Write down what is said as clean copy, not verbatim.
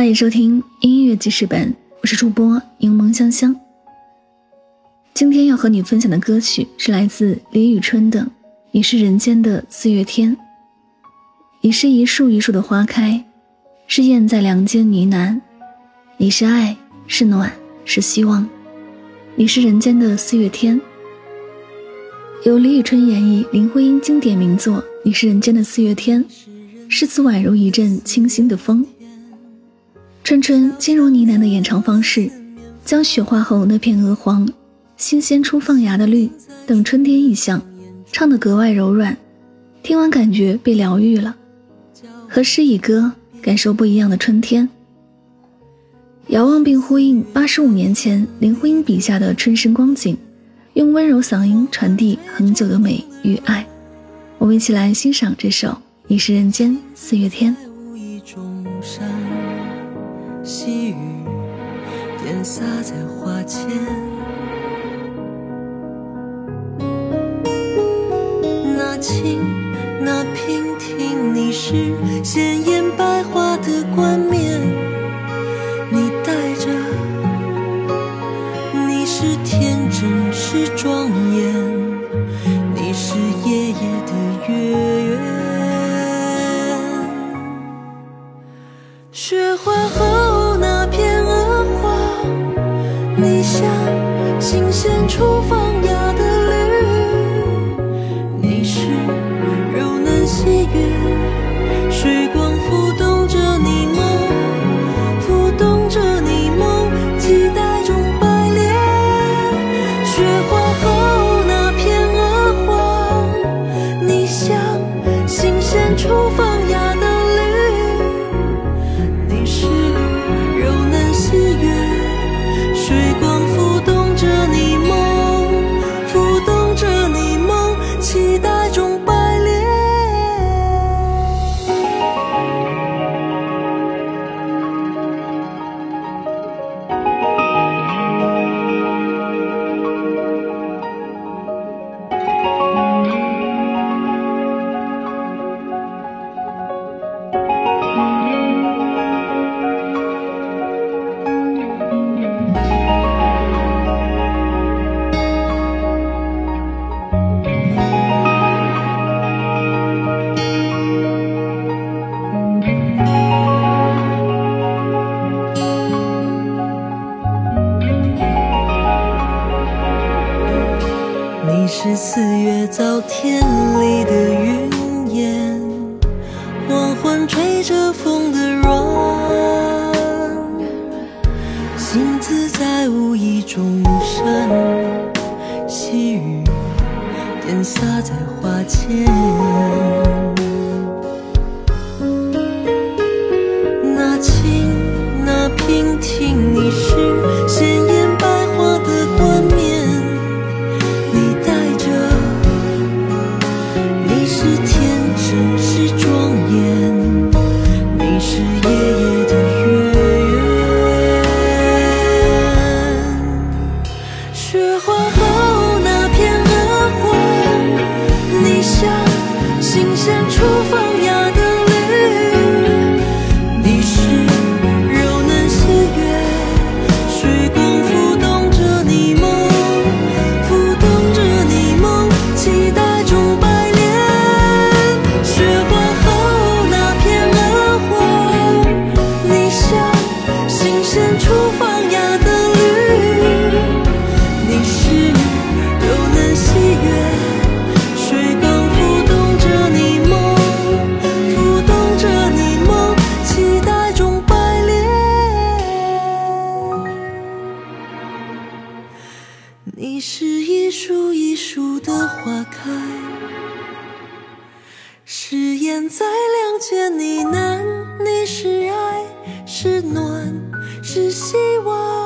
欢迎收听音乐记事本，我是主播柠檬香香。今天要和你分享的歌曲是来自李宇春的《你是人间的四月天》。你是一树一树的花开，是燕在梁间呢喃，你是爱，是暖，是希望，你是人间的四月天。由李宇春演绎林徽因经典名作《你是人间的四月天》，诗词宛如一阵清新的风。春春轻柔呢喃的演唱方式，将雪化后那片鹅黄、新鲜初放芽的绿等春天意象唱得格外柔软，听完感觉被疗愈了。和诗以歌，感受不一样的春天。遥望并呼应85年前林徽因笔下的春深光景，用温柔嗓音传递恒久的美与爱。我们一起来欣赏这首《你是人间四月天》。 细雨点洒在花前，那轻那平听，你是鲜艳百花的冠冕，你戴着，你是天真是庄严，你是夜夜的月圆。雪花后那片鹅黄，你像新鲜初放芽的绿，你是柔嫩喜悦，水光浮动着你梦，浮动着你梦，期待中百炼。雪花后那片鹅黄，你像新鲜初放芽的水光浮动着你梦，浮动着你梦，期待中百炼。你是4月早天里的云烟，黄昏吹着风的软，星子在无意中闪，细雨点洒在花前，那轻那平听，你是鲜艳百花的冠冕，是庄严，你是夜夜的月圆。雪花后那片鹅黄，你像新鲜初放芽的绿，你是柔嫩喜悦，水光浮动着你梦，浮动着你梦，期待中百炼。初放芽的绿，你是柔嫩喜悦，水光浮动着你梦，浮动着你梦，期待中百炼。你是一树一树的花开，是燕在梁间呢喃，你是爱，是暖，是希望。